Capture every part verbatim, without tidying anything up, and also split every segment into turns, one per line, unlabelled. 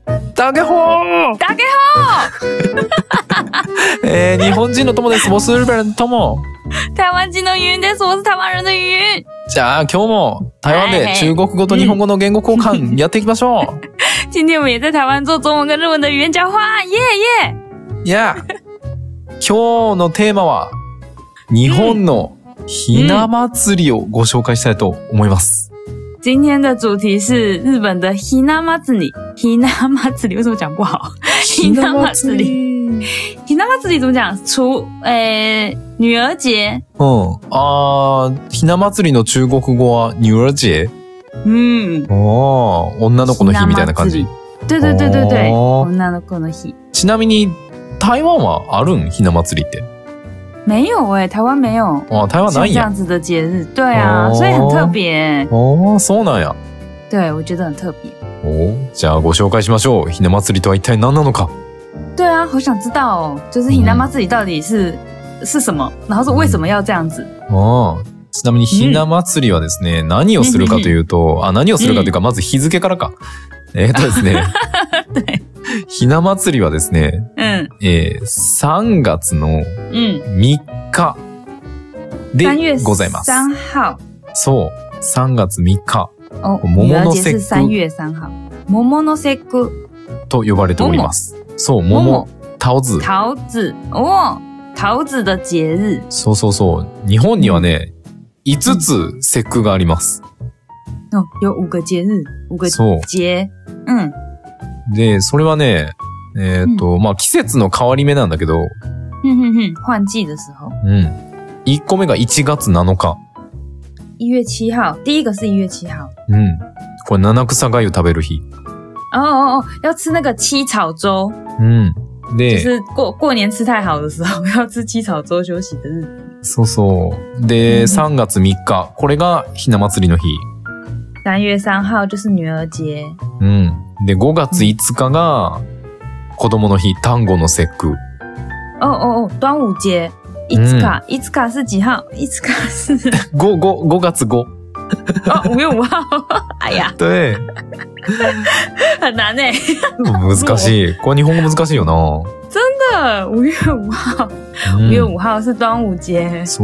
大家好
大家好
えー、日本人の友です。我是日本人的友。
台湾人の云です。我是台湾人的云。
じゃあ今日も台湾で中国語と日本語の言語交換やっていきましょう。
今天我们也在台湾做中文跟日文的语言交换，耶耶！
いや、今日のテーマは日本のひな祭りをご紹介したいと思います。
今天的主题是日本的ひな祭り。ひな祭り为什么讲不好？ひな祭り。ひな祭り怎么讲？除诶、呃、女儿节。
うん。あー、ひな祭りの中国語は女兒節。
うん。
おー、女の子の日みたいな感じ。
对对对对对。女の子の日。
ちなみに台湾はあるん？ひな祭りって。
没有诶、欸，台湾没有。
哦，台湾哪有
这样子的节日？对啊，所以很特别。
哦，そうなんや。
对，我觉得很特别。
お、じゃあご紹介しましょう。ひな祭りとは一体何なのか。
对啊，好想知道哦，就是ひな祭り到底是、嗯、是什么，然后是为什么要这样子。
ああ、ちなみにひな祭りはですね、うん、何をするかというと、あ、何をするかというか、まず日付からか。えー、っとですね。
对。
ひな祭りはですね、
うん、
えー、さんがつのみっかでございます。
さんがつさん号。
そう、さんがつみっか。
お、
桃の節句。
さんがつさん号。桃の節句。
と呼ばれております。そう、桃。桃子。
桃子。お、桃子的節日。
そうそうそう。日本にはね、いつつ節句があります。
哦，有五个节日。五个節。うん。
で、それはね、えっと、うん、まあ、季節の変わり目なんだけど、
ふんふんふん、換季的時候。
うん。いっこめがいちがつなのか。
いち月七号。第一个是一月七号。
うん。これ七草がゆ食べる日。
哦哦哦，要吃那个七草粥。
うん。で、
就是過、過年吃太好的時候、要吃七草粥休息的日子。
そうそう。で、うん、さんがつみっか。これがひな祭りの日。
さんがつさん号就是女兒節。
うん。で、ごがついつかが子供の日、端午の節句。
哦哦哦，端午節。いつか、いつか是幾號？いつか是
ご、ご、ごがつご。
哦，五月五号。哎呀。
对。
很難ね。
難しい。これ日本語難しいよな。
真的，五月五号。五月五号是端午節。
そう。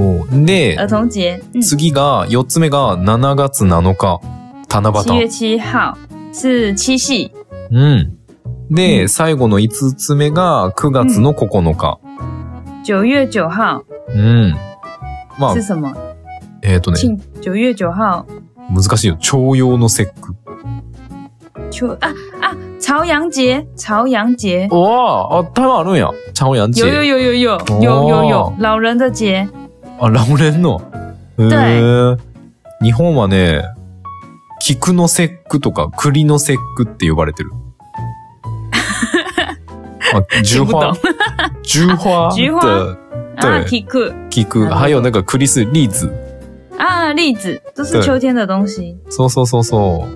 で、
兒童節。
次が、よっつめがしちがつなのか、七夕。
七月七号。是七夕。
うん。で、うん、最後のいつつめがくがつのここのか。
九月九号。
うん。まあ。
是什么？
えっとね。
九月九号。
難しいよ。重陽の節句。
秋ああ朝陽節朝陽節。
おー、あ、台湾あるんや。朝陽節。
有有有有有有有有老人的節。
あ、老人の。へー。日本はね。菊の節句とか栗の節句って呼ばれてる。啊，菊花，菊花
菊花
的，
对，菊
菊，还有那个栗是栗子
啊，栗子都是秋天的东西。
そうそうそうそう。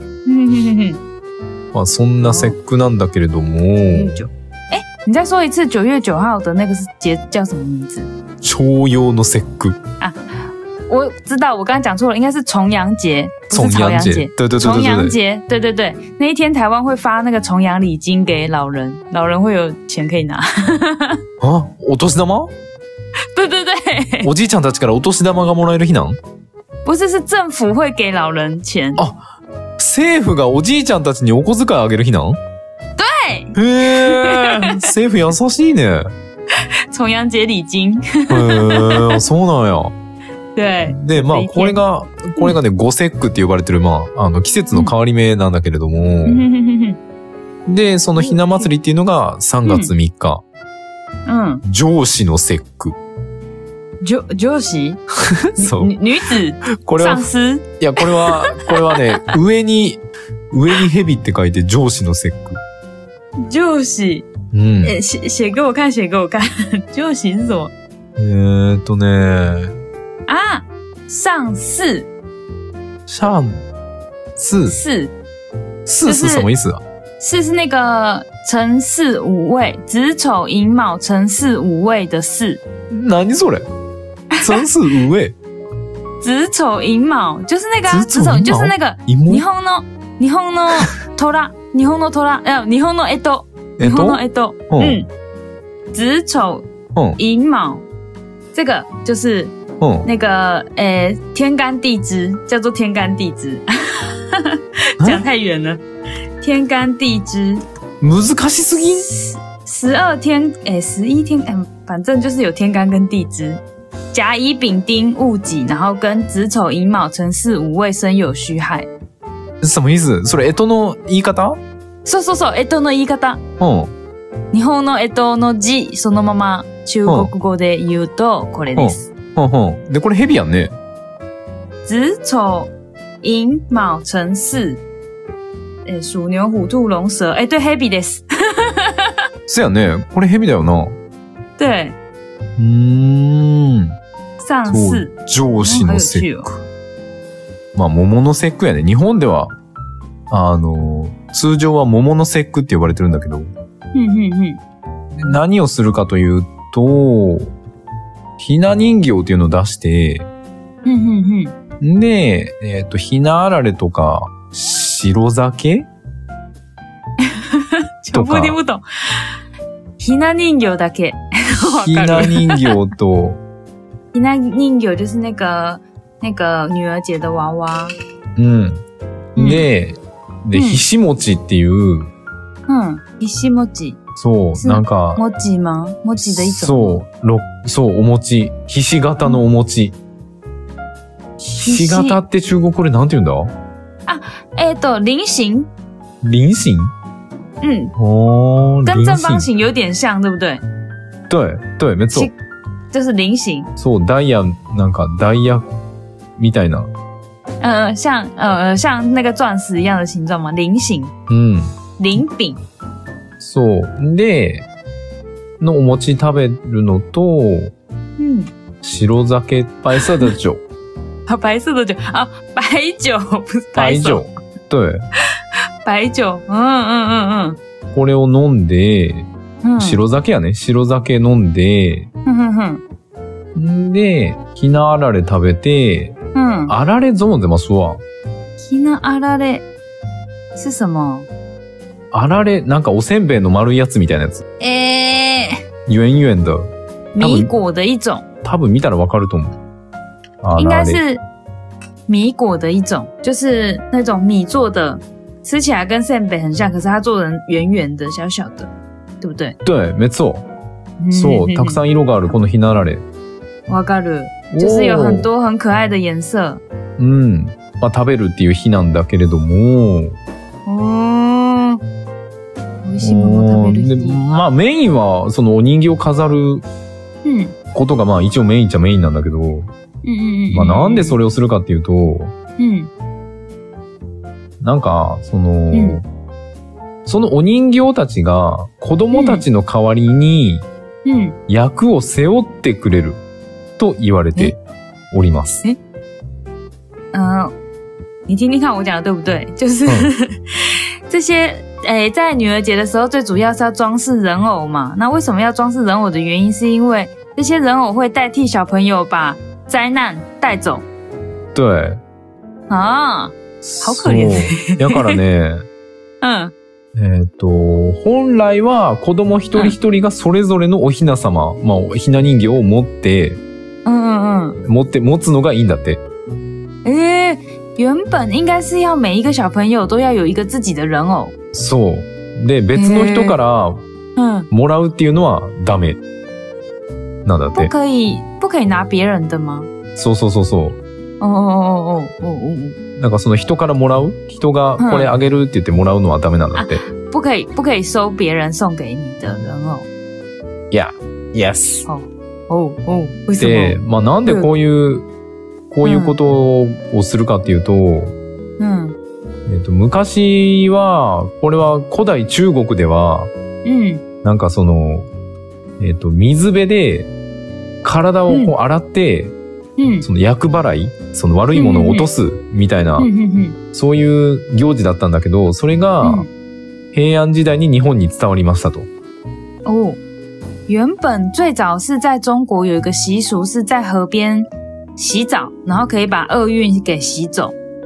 まあそんな節句なんだけれども。
哎，你再说一次九月九号的那个是节叫什么名字？
重陽の節句
啊。我知道，我刚刚讲错了，应该是重阳节，不是朝阳节。
对对对对对，
重阳节，对对对，那一天台湾会发那个重阳礼金给老人，老人会有钱可以拿。
啊，お年玉？
对对对。
おじいちゃんたちからお年玉がもらえる日なん？
不是，是政府会给老人钱。
あ、政府がおじいちゃんたちにお小遣いあげる日なん？
对。
へー、政府優しいね。
重陽節礼金。
へー、そうなんや。
对。
で、まあ、これが、これがね、五節句って呼ばれてる、まあ、あの、季節の変わり目なんだけれども、うん、で、そのひな祭りっていうのがさんがつみっか。
うん。
上司の節句。
上、上司
そう。
女子
これは、
上司
いや、これは、これはね、上に、上に蛇って書いて上司の節句。
上司。
うん。
え、写、写给我看、写给我看。上司是什么？
えーっとね、
啊，上巳，
上巳，
巳，
巳是什么意思啊？
巳是那个辰巳午未，子丑寅卯辰巳午未的巳。
何それ？辰巳午未。
子丑寅卯就是那个、啊、子丑就是那个日本の日本の虎日本の虎、哎，日本の干支。日本の干支。嗯。子丑寅卯，这个就是那个诶、欸、天干地支，叫做天干地支。讲太远了。天干地支。
難しすぎん？
十二天，诶、欸，十一天，哎、欸，反正就是有天干跟地支。甲乙丙丁戊己，然后跟子丑寅卯辰巳午未申酉戌亥。
什么意思？それ干支の言い方？
そうそうそう、干支の言い方。
うん。
日本の干支の字そのまま中国語で言うとこれです。
うんうん。でこれ蛇やんね。
子丑寅卯辰巳。え、鼠牛虎兔龙蛇。哎，对，蛇です。
そうやね。これ蛇だよな。
对。
うーん。
上巳。
上司の節句。まあ桃の節句やね。日本ではあの通常は桃の節句って呼ばれてるんだけど。何をするかというと、ひな人形っていうのを出して、で、えっと、ひなあられとか、白酒
とか。ひな人形だけ。
ひな人形と、
ひな人形就是那个、那个女儿节的娃娃。
うん。で、で、ひし餅っていう、
うん、ひし餅。
そう、なんか。
餅吗？餅的一種。
そう、ろ、そう、お餅。ひし形のお餅。ひし形って中国語でなんて言うんだ？
あ、えっと、菱形。
菱形？
嗯。
哦，
跟正方形有点像，对不对？
对、对、没错。
就是菱形。
そう、ダイヤ、なんかダイヤみたいな。
呃，像呃像那个钻石一样的形状吗？菱形。
嗯。
菱饼。
そう。で、のお餅食べるのと、うん、白酒、白色的酒。
啊，白色的酒啊，白酒不是白酒。
对。
白酒。うんうんうんうん。
これを飲んで、うん、白酒やね。白酒飲んで、んで、ひなあられ食べて、うん、あられゾーンでますわ。
ひなあられ是什么？
あられ、なんかおせんべいの丸いやつみたいなやつ。
え
ー。圆圆的。
米果的一种。
多分見たらわかると思う。
应该是米果的一种，就是那种米做的，吃起来跟せんべい很像，可是它做成圆圆的、小小的，对不对？
对、没错。そう、たくさん色があるこのひなあられ。
わかる。就是有很多很可愛的顏色。
うん。まあ食べるっていう日なんだけれども。
美味しいもの食べる日。
で、まあメインはそのお人形を飾ることがまあ一応メインっちゃメインなんだけど、うん、まあなんでそれをするかっていうと、うん、なんかその、うん、そのお人形たちが子供たちの代わりに役を背負ってくれると言われております。
え？嗯，你听听看我讲的对不对？就是、嗯、这些。诶，在女儿节的时候，最主要是要装饰人偶嘛。那为什么要装饰人偶的原因，是因为这些人偶会代替小朋友把灾难带走。
对。
啊，好可怜。
だからね。
うん。
えっと、本来は子供一人一人がそれぞれのおひな様、うん、まあ、ひな人形を持って、
うんうんうん。
持って、持つのがいいんだって。
えー、原本应该是要每一个小朋友都要有一个自己的人偶。
そう。で、別の人からもらうっていうのはダメ。なんだって。
不可以、不可以拿別人的吗？
そうそうそうそう。
おーおーおーおー。
なんかその人からもらう人がこれあげるって言ってもらうのはダメなんだって。
不可以、不可以收別人送給你的人偶。
いや、yes。
おおお為什麼？
で、まあなんでこういう、こういうことをするかっていうと、うん。えっと、昔は、これは古代中国では、うん、なんかその、えっと、水辺で体をこう洗って、うん、その厄払い、その悪いものを落とすみたいな、うん、そういう行事だったんだけど、それが平安時代に日本に伝わりましたと。
哦，原本最早是在中国有一个习俗，是在河边洗澡，然后可以把厄运给洗走。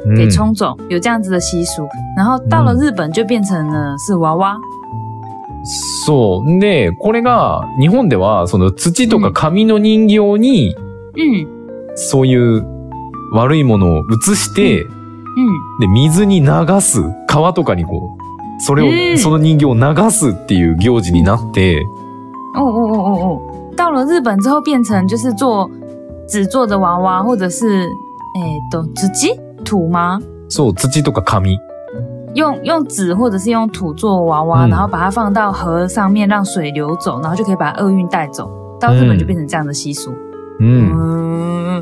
给冲走，有这样子的习俗。然后到了日本就变成了是娃娃。
そう。で、これが日本ではその土とか紙の人形に、うん、そういう悪いものを移して、うん、で水に流す、川とかにこうそれを、嗯、その人形を流すっていう行事になって。
哦哦哦哦哦！到了日本之后变成就是做纸做的娃娃，或者是诶，都土土吗？
そう、土とか紙。
用用纸或者是用土做娃娃、嗯，然后把它放到河上面，让水流走，然后就可以把厄运带走。到日本就变成这样的習俗。
うん。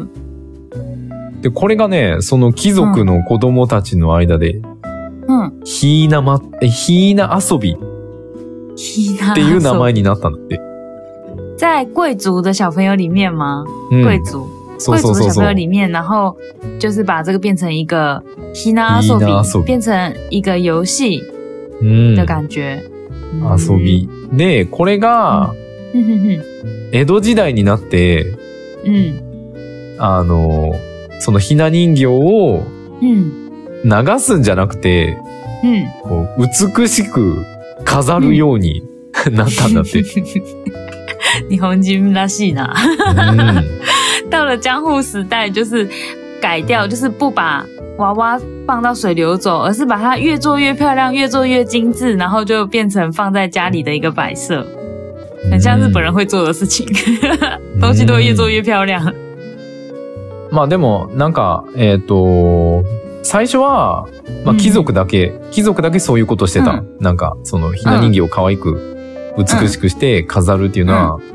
で、これがね、その貴族の子供たちの間で、うん、ひーなま、え、ひーな遊びっていう名前になったんだって。
在贵族的小朋友里面吗？嗯、贵族。贵族的小朋友里面，然后就是把这个变成一个 hina asobi， 变成一个遊戲的感觉。
遊び。で、これが、江戸時代になって、うん、あの、そのひな人形を流すんじゃなくて、うん、こう美しく飾るように、うん、なったんだって。
日本人らしいな。嗯到了江户时代，就是改掉，就是不把娃娃放到水流走，而是把它越做越漂亮，越做越精致，然后就变成放在家里的一个摆设，很像日本人会做的事情。東西都会越做越漂亮。
まあでもなんかえっと最初はまあ貴族だけ、うん、貴族だけそういうことしてた。うん、なんかそのひな人形を可愛く美しくして飾るっていうのは、うん、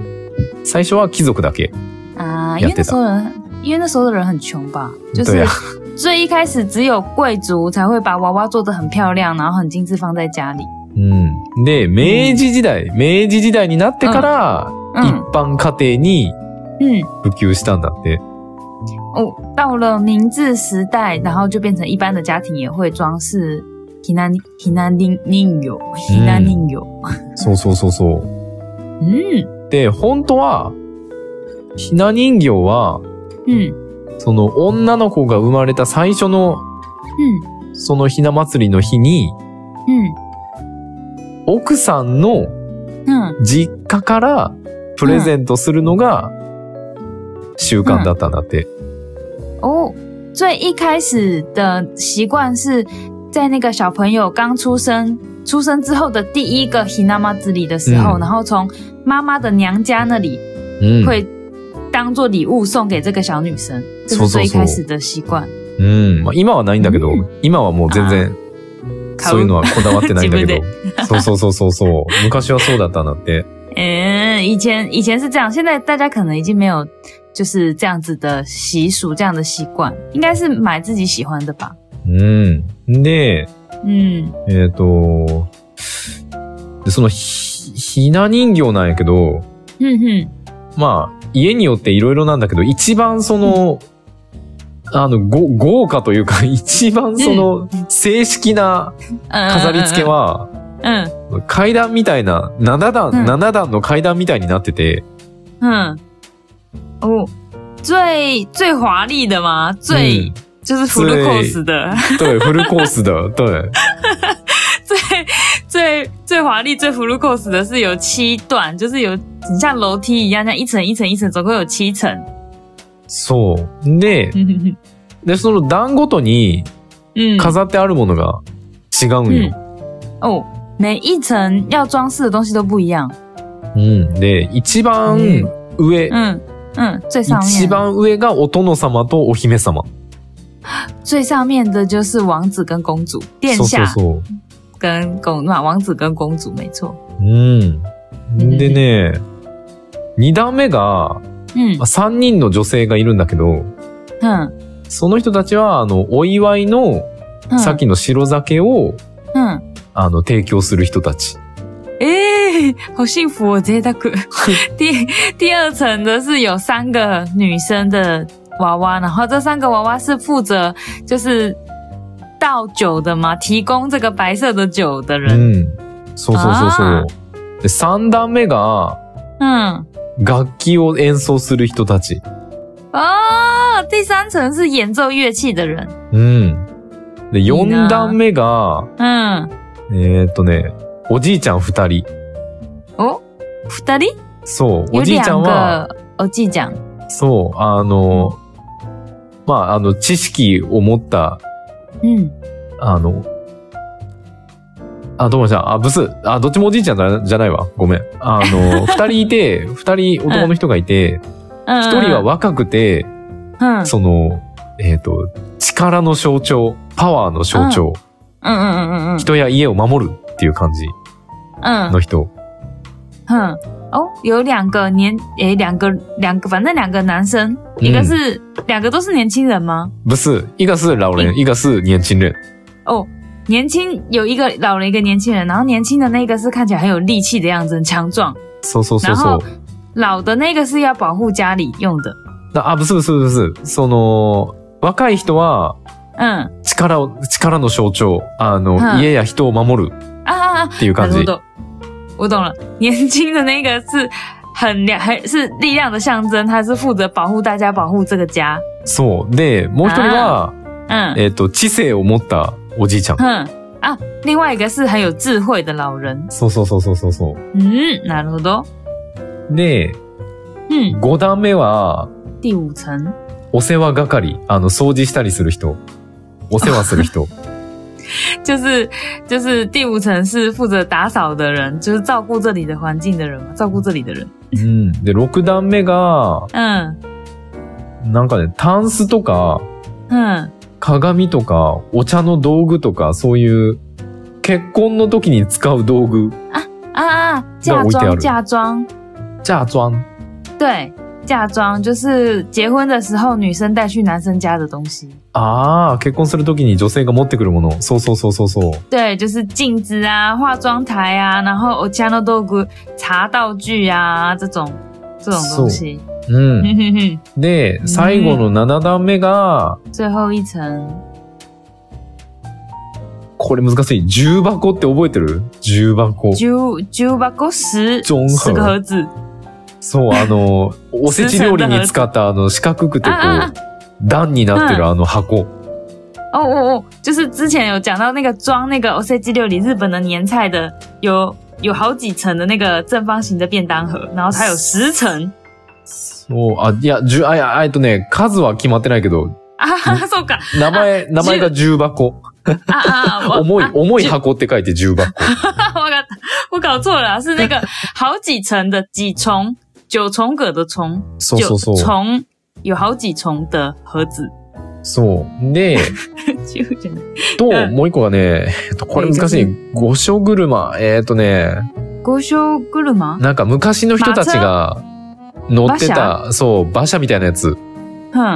最初は貴族だけ。
啊，因为那时候人，因为那时候的人很穷吧，就是最一开始只有贵族才会把娃娃做得很漂亮，然后很精致放在家里。
嗯，で明治時代、うん、明治時代になってから、うん、一般家庭に普及したんだって。
哦，到了明治时代，然后就变成一般的家庭也会装饰ひなひな人形、ひな人形。
そうそうそうそう。うん。で本当は。ひな人形は、うん、その女の子が生まれた最初の、うん、そのひな祭りの日に、うん、奥さんの実家からプレゼントするのが習慣だったんだって。
哦，最一开始的习惯是在那个小朋友刚出生、出生之后的第一个ひな祭り的时候，嗯、然后从妈妈的娘家那里会、嗯当做礼物送给这个小女生，这是最一開始的習慣。
うん、まあ、今はないんだけど、うん、今はもう全然そういうのはこだわってないんだけど。そうそうそうそうそう。昔はそうだったんだって。
嗯，以前以前是这样，现在大家可能已经没有就是这样子的习俗，这样的习惯，应该是买自己喜欢的吧。
うん。で、うん、えっと、そのひ、ひな人形なんやけど、うんうん、まあ。家によっていろいろなんだけど、一番その、うん、あの、ご、豪華というか、一番その、正式な飾り付けは、うん、階段みたいな、なな段、うん、なな段の階段みたいになってて。
うん。哦、最、最華麗的嗎？最、うん、就是フルコース的。
对，フルコース的，对。
最最最华丽、最 full course 的是有七段，就是有很像楼梯一样，像一层一层一层，总共有七层。
そう。で、でその段ごとに飾ってあるものが違うんよ。
嗯、哦，每一层要装饰的东西都不一样。
うん。で、一番上、
嗯嗯，最上面
一番上がお殿様とお姫様。
最上面的就是王子跟公主，殿下。
そうそうそう。
跟公嘛，王子跟公主没错。
うん。でね、二段目が、うん、三人の女性がいるんだけど、うん、その人たちはあのお祝いの、うん、さっきの白酒を、うん、あの提供する人たち。
えー、好幸福哦，贅沢。第第二层的是有三个女生的娃娃，然后这三个娃娃是负责就是倒酒的嘛，提供这个白色的酒的人。うん、
そうそうそうそう。で三段目が、うん、楽器を演奏する人たち。
哦，第三层是演奏乐器的人。
うん。 で、よん段目が、
うん。
えーっとね、おじいちゃん二人。
お二人？
そう、おじいちゃんは、
おじいちゃん。
そう、あの、まあ、あの、知識を持った、
うん。
あの、あ、どうもじゃん。あ、ブス。あ、どっちもおじいちゃんだじゃないわ。ごめん。あの、二人いて、二人男の人がいて、一、うん、人は若くて、うん、その、えっと、力の象徴、パワーの象徴、
うんうんうんうん、
人や家を守るっていう感じの人。
嗯，嗯哦，有两个年，诶，两个两个，反正两个男生，一个是两、嗯、个都是年轻人吗？
不是，一个是老人，一个是年轻人。
哦。年轻有一个老人一个年轻人，然后年轻的那个是看起来很有力气的样子，很强壮。
そうそうそうそう。
然后老的那个是要保护家里用的。
あ、不是不是不是。その若い人は、うん、力を力の象徴、あの、嗯、家や人を守るっていう感じ。
我懂了，年轻的那个是很量，很是力量的象征，他是负责保护大家，保护这个家。
そうで、もう一人は、嗯、えっと知性を持ったおじいちゃん。
嗯啊，另外一个是很有智慧的老人。
そうそうそうそうそうそう。
うん、なるほど。
で、うん、ご段目は
第五層。
お世話係、あの掃除したりする人、お世話する人。
就是就是第五層是負責打掃的人，就是照顧這裡的環境的人嘛，照顧這裡的人。
うん。で六段目が、うん。なんかね、タンスとか、うん。鏡とかお茶の道具とかそういう結婚の時に使う道具
啊啊嫁妆嫁妆
嫁妆
对嫁妆就是结婚的时候女生带去男生家的东西
啊結婚する時に女性が持ってくるものそうそうそうそうそう
对就是镜子啊化妆台啊然後お茶の道具茶道具啊这种这种东西
うん。で、最後のなな段目が、
最後一層。
これ難しい。重箱って覚えてる？重箱。
重、重箱十、十個盒子。
そう、あの、おせち料理に使ったあの四角くてこう、段になってるあの箱。
哦哦哦，就是之前有讲到那个装那个おせち料理日本的年菜的，有有好几层的那个正方形的便当盒，然后它有十層。
そう、あ、いや、じゅ、あ、いや、えっとね、数は決まってないけど。
あ、そうか。
名前、名前が重箱。
ああ、
重い、重い箱って書いて重箱。
我搞，我搞错了，是那个好几層的几重，九重葛的重。
そうそうそう。
重、有好幾重的盒子。
そう。で、と、もう一個がね、これ難しい。御所車。えっとね。
御所車？
なんか昔の人たちが、乗ってた、そう、馬車みたいなやつ。うん。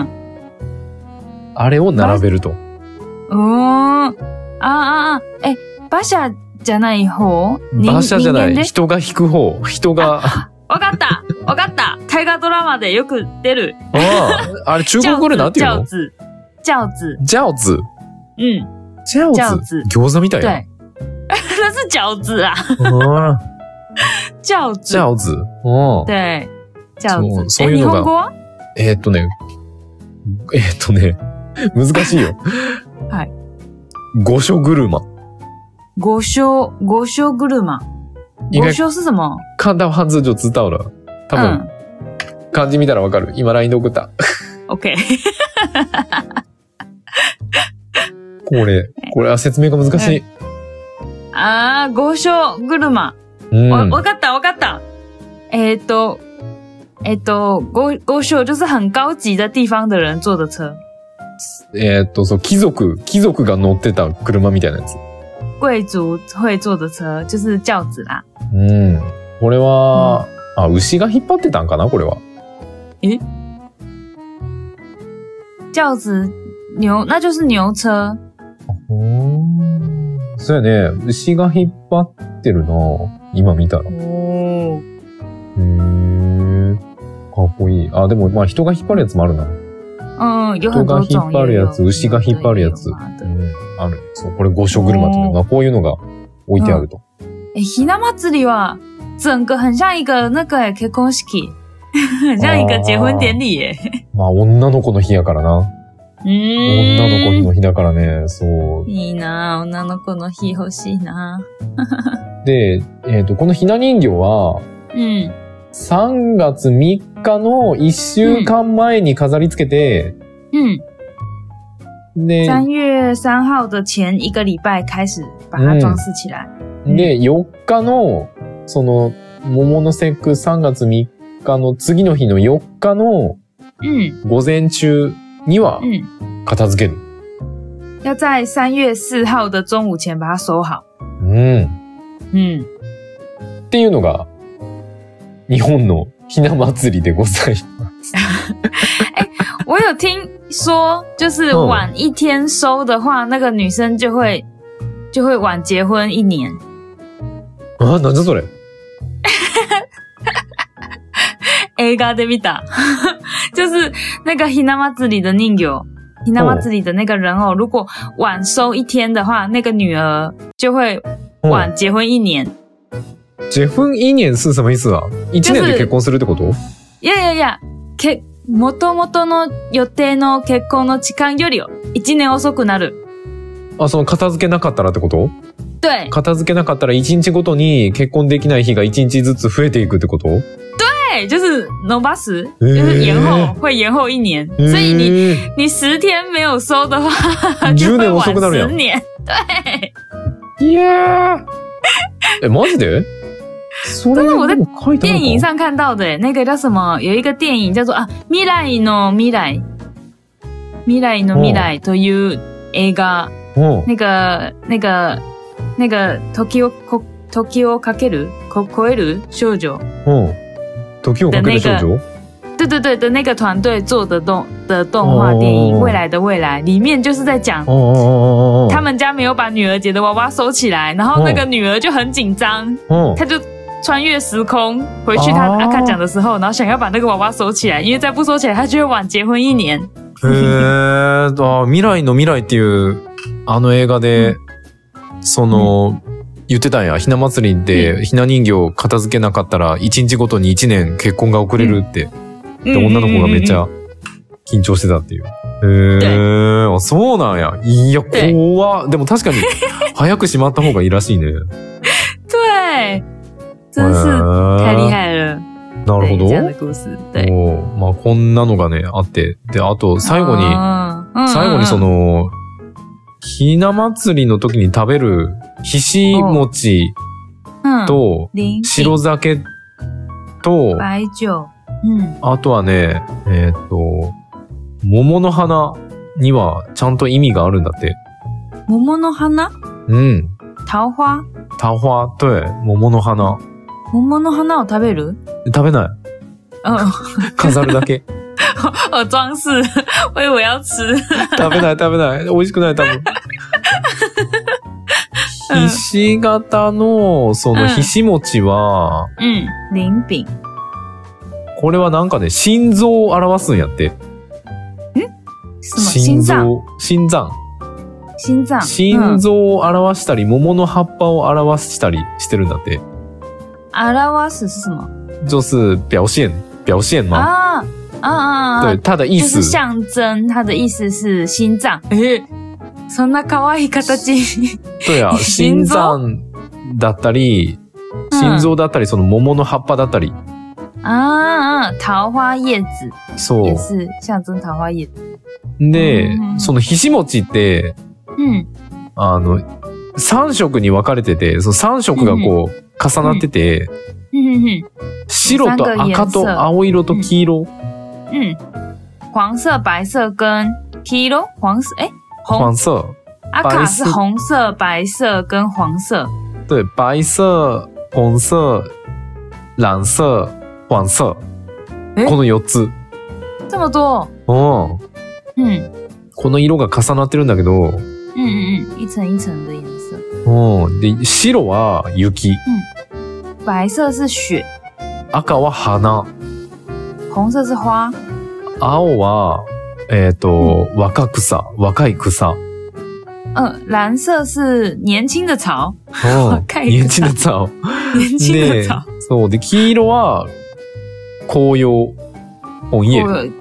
あれを並べると。
うーん。ああ、え、馬車じゃない方？
馬車じゃない。人が引く方。人が。
わかった。わかった。大河ドラマでよく出る。
ああ、あれ中国語でなんて言うの？
轿子。轿子。
轿子。
うん。
轿子。餃子みたいな。
对。那是饺子啊。轿子。
轿子。うん。
对。
そう、そういうのが。えー、っとね、えー、っとね、難しいよ。
はい。
御所車。
御所、御所車。御所是什么？
看到汉字就知道了。多分、うん、漢字見たらわかる。今 ライン で送った。
OK。
これ、これは説明が難しい。
あー、御所車。うん、わ、わかったわかった。えー、っと、えっと、御、御所就是很高級的地方的人坐的車。
えっと、そう、貴族、貴族が乗ってた車みたいなやつ。
貴族会坐的車、就是轿子啦。
うん。これは、うん、あ、牛が引っ張ってたんかなこれは。
え？轿子、牛、那就是牛車。
おー。そうやね。牛が引っ張ってるな今見たら。
おー。
へー。かっこいい。あ、でも、まあ人が引っ張るやつもあるな。
うん、
人が引っ張るやつ、牛が引っ張るやつ。うん、ある。そう、これ御所車っていうのが、こういうのが置いてあると。
え、ひな祭りは、整个很像一个那个結婚式。很像一个結婚典礼耶。
まあ女の子の日やからな。 女の子の日だからね、そう。
いいなぁ、女の子の日欲しいな
ぁ。で、えっと、このひな人形は、うん。さんがつみっかのいっしゅうかんまえに飾り付けて、うん。
で、さんがつさんにち的前一个礼拜開始把它装飾起来。
うん、で、よっかの、その、桃の節句さんがつみっかの次の日のよっかの、うん。午前中には、片付ける。
嗯、要在さんがつよっか的中午前把它收好。
うん。うん。っていうのが、日本のひな祭りでございます。
哎、欸，我有听说，就是晚一天收的话，嗯、那个女生就会就会晚结婚一年。
啊，なんじゃそれ？
映画で見た，就是那个ひな祭り的人形，ひな祭り的那个人偶，如果晚收一天的话，那个女儿就会晚结婚一年。
結婚一年是什麼意思啊？一年で結婚するってこと？
いやいやいや、け、元々の予定の結婚の時間より一年遅くなる。
あ、その片付けなかったらってこと？
对。
片付けなかったら一日ごとに結婚できない日が一日ずつ増えていくってこと？
对，就是伸ばす，就是延后，会延后一年。所以你你十天没有收的话，就会晚十年。对。
いやー。え、マジで？
真的我在电影上看到的耶，那个叫什么？有一个電影叫做啊未来の未来，未来の未来という映画，那个那个那个時を時をかける超える少女，
時をかける少女，
对对对的那个团队做的动的动画电影《未来的未来》里面就是在讲，他们家没有把女儿节的娃娃收起来，然后那个女儿就很紧张，她就穿越時空回去他阿卡講的時候，然後想要把那個娃娃收起來，因為再不收起來，他就會晚結婚一年。
へー、あ、未来の未来っていうあの映画で、うん、その、うん、言ってたんや。ひな祭りで、うん、ひな人形を片付けなかったら一日ごとに一年結婚が遅れるって、うん、で女の子がめっちゃ緊張してたっていう。へー、あ、そうなんや。いや、怖っ。でも確かに早くしまった方がいいらしいね。
对。真是太厲害了。
なるほど。
这样的故事。对。
まあこんなのがねあって、であと最後に最後にそのひな祭りの時に食べるひし餅と白酒と
白酒、
あとはねえっと桃の花にはちゃんと意味があるんだって。
桃の花？
うん。
桃花？
桃花、对、桃の花。
桃の花を食べる？
食べない。
うん。
飾るだけ。
我装饰。我以為要吃。
食べない食べない。美味しくない多分。ひし形の、そのひし餅は、
うん、鱗餅。
これはなんかね、心臓を表すんやって。ん？
心臓。
心臓。
心臓。
心臓を表したり、桃の葉っぱを表したりしてるんだって。
表す是什么？
就是表現，表現嗎？
啊啊啊！
对，它的意思
就是象征，它的意思是心脏。え、そんな可愛い形。
对啊，心脏だったり、心臓だったり、その桃の葉っぱだったり。
啊，桃花葉子。
そう。
也是象征桃花葉子。
で、そのひし餅って、うん、あの三色に分かれてて、その三色がこう。重なってて、うんうん、白と赤と青色と黄色。
うん。黄色、白色跟黄色、黄色、哎，
黄色。
阿卡是红色、白色跟黄色。
对，白色、红色、蓝色、黄色。このよっつ。
这么多。
うん。うん。この色が重なってるんだけど。うんうん
うん。一層一層的颜色。
うん。で、白は雪。うん。
白色是雪。
赤は花。
紅色是花。
青は、えっと、うん、若草、若い草。
嗯，蓝色是年轻的草。
哦，年轻的草。
年轻的草。
そう。で、黄色は、紅葉、紅葉。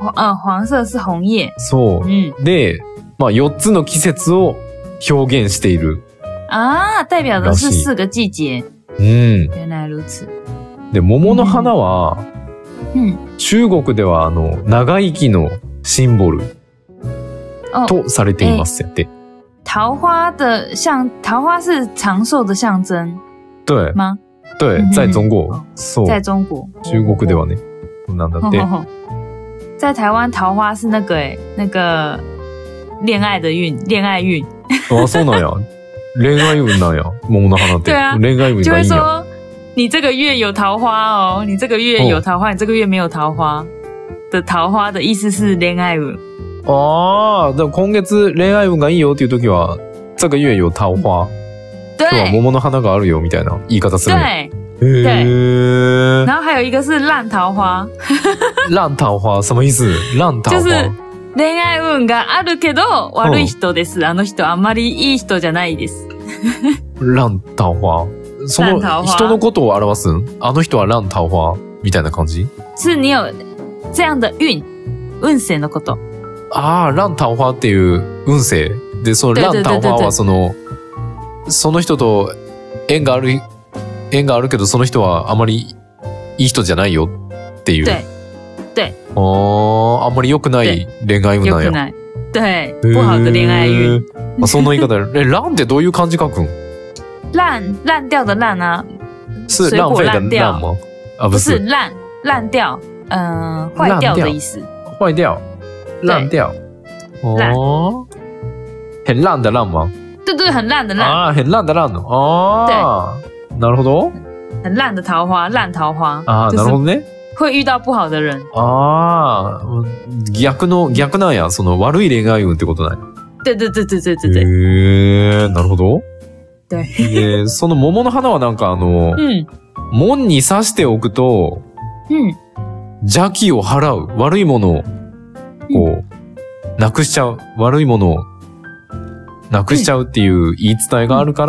呃黄色是红叶。
そう。うん、で、まあよっつの季節を表現している。
ああ、代表的是四个季节。
うん。
原来如此。
で、桃の花は、うん、中国ではあの長生きのシンボルとされていますって。
桃花的像桃花是长寿的象征。
对
吗？
对，在中国。そう。
在中国。
中国ではね。なんだって。
在台湾桃花是那个诶，那个恋愛的運、恋愛運。
あ、そうなんや。恋愛運なんや。桃の花って。
对啊。
恋愛運がいいんや。
你这个月有桃花哦，你这个月有桃花，你这个月没有桃花的桃花的意思是恋愛運。
ああ、でも今月恋愛運がいいよっていう時は、这个月有桃花。今日は桃の花があるよみたいな言い方する。
对。对。然后还有一个是爛桃花。
爛桃花什么意思？爛桃花。
就是恋愛運があるけど悪い人です。あの人あんまりいい人じゃないです。
爛桃花。その人のことを表すん？あの人は爛桃花みたいな感じ？
是你有这样的運、運勢のこと。
ああ、爛桃花っていう運勢で、その爛桃花はそのその人と縁がある縁があるけどその人はあまりいい人じゃないよっていう。
对对。
ああ、あんまり良くない恋愛運なんや。
良くない。对、不好的恋愛運。
あ、そんな言い方。え、爛ってどういう漢字書くん？
烂烂掉的烂啊，
是浪费的烂吗？啊，
不
是，
烂烂掉，嗯、呃，坏掉的意思。
坏掉，烂掉。哦，很烂的烂吗？
对对，很烂的烂
啊，很烂的烂哦。对，なるほど。
很烂的桃花，烂桃花
啊，なるほどね。
会遇到不好的人。
ああ、逆の逆なんや、その悪い恋愛運ってことなんや。
对对对对对对对。
へえ、なるほど。
对。
で、その桃の花はなんかあの、うん、門に刺しておくと、うん、邪気を払う、悪いものを、こう、なくしちゃう、悪いものをなくしちゃうっていう言い伝えがあるから、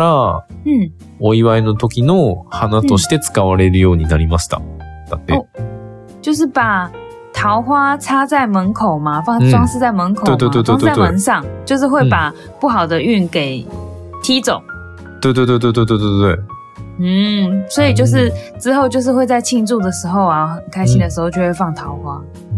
うんうん、お祝いの時の花として使われるようになりました。だって。
就是把桃花插在门口嘛，放装饰在门口嘛，
对对对对对，
装在门上，就是会把不好的运给踢走。
对对对对对对对对。
嗯，所以就是之後就是会在慶祝的時候啊，很開心的時候就會放桃花。
うん。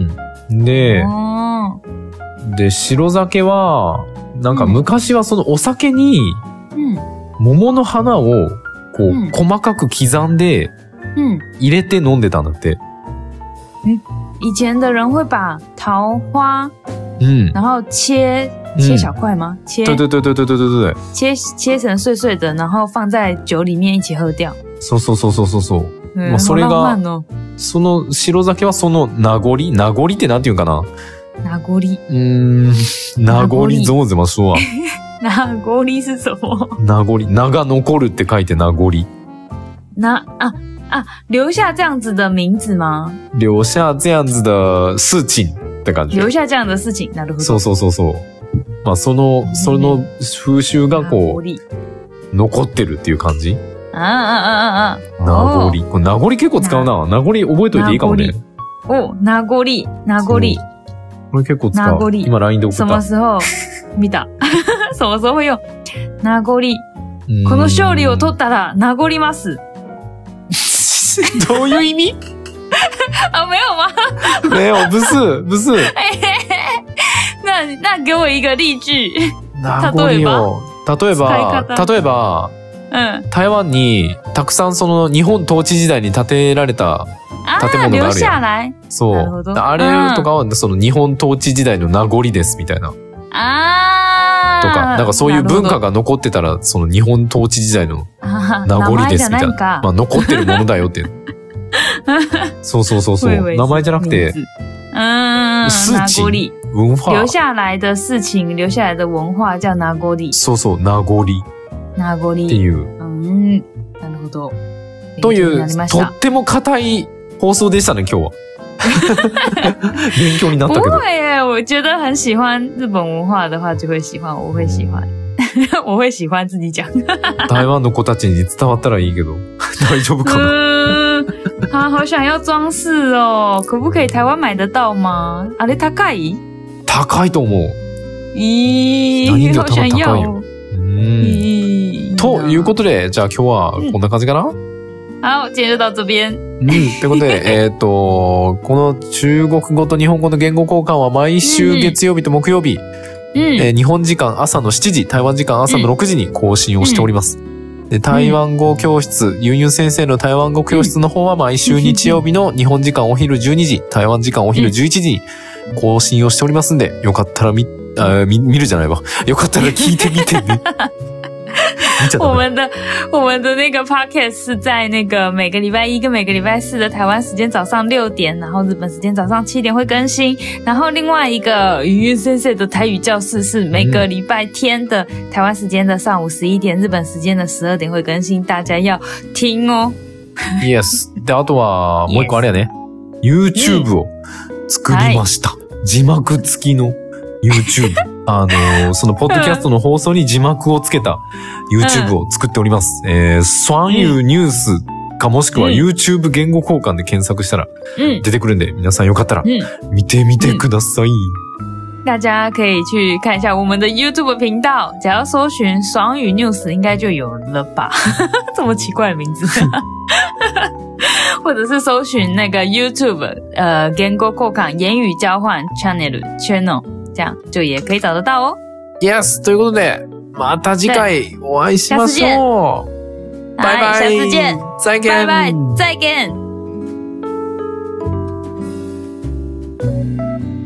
で、で白酒はなんか昔はそのお酒に桃の花をこう細かく刻んで入れて飲んでたんだって。
嗯，以前的人会把桃花，
嗯，
然后切。切小块吗？切，
对对对对对对对对，
切切成碎碎的，然后放在酒里面一起喝掉。
そうそうそうそうそうそう。まあそれがその白酒はその名残名残ってなんていうんかな。
名残。
嗯，名残怎么怎么说啊？
名残是什么？
名残，名が残るって書いて名残。
那啊啊，留下这样子的名字吗？
留下这样子的事情って感じ。
留下这样的事情，なるほど。
そうそうそうそう。まあその、その風習がこう、残ってるっていう感じ。
ああ、ああ、ああ。
名残。これ名残結構使うな。名残覚えといていいかもね。
お、名残、名残。これ
結構使う。今 ライン で送った。
什么時候見た。什么時候会用。名残。この勝利を取ったら名残ます。
どういう意味？
啊，没有吗？
没有，不是，不是。
那那给我一个例句。
名残を例えば例えば、うん、台湾にたくさんその日本統治時代に建てられた建物があるやん。そう。あれとかはその日本統治時代の名残ですみたいな。
あ
とかなんかそういう文化が残ってたらその日本統治時代の名残ですみたいな。まあ残ってるものだよって。そうそうそうそう。名前じゃなくて。
嗯，
事情文化
留下来的事情，留下来的文化叫名残。
そうそう、名残。
名残
っていう。
うん、なるほど。
というとっても硬い放送でしたね今日は。勉強になったけど。
不会耶，我觉得很喜欢日本文化的话就会喜欢，我会喜欢。我会喜欢自己讲。
台湾の子たちに伝わったらいいけど大丈夫かな。
啊，好想要装饰哦，可不可以台湾買得到嗎？あれ高い？
高いと思う。
咦、
ー、
好想要。
うん。ということで、じゃあ今日はこんな感じかな？
好，今天就到这边。
うん。ということで、えっと、この中国語と日本語の言語交換は毎週月曜日と木曜日、うんえー、日本時間朝のしちじ、台湾時間朝のろくじに更新をしております。うんで台湾語教室、ユンユン先生の台湾語教室の方は毎週日曜日の日本時間お昼じゅうにじ、台湾時間お昼じゅういちじに更新をしておりますんで、よかったら見、あ、見、見るじゃないわ。よかったら聞いてみてね。
我们的我们的那个 podcast 是在那个每个礼拜一跟每个礼拜四的台湾时间早上六点，然后日本时间早上七点会更新。然后另外一个云云先生的台语教室是每个礼拜天的台湾时间的上午十一点，日本时间的十二点会更新，大家要听哦。
Yes。であとはもう一個あれやね。YouTube を作りました。字幕付きの YouTube。あの、そのポッドキャストの放送に字幕をつけた YouTube を作っております。うん、えー、双語ニュースかもしくは YouTube 言語交換で検索したら出てくるんで、うん、皆さんよかったら見てみてください。
嗯、大家可以去看一下我们的 YouTube 频道，只要搜寻双语 News 应该就有了吧？这么奇怪的名字。或者是搜寻那个 YouTube 呃言語交換言語交換 Channel Channel。这样就也可以找得到哦。
Yes， ということで、また次回お会いしましょう。拜拜，
下次见，
再见，
拜拜，再见。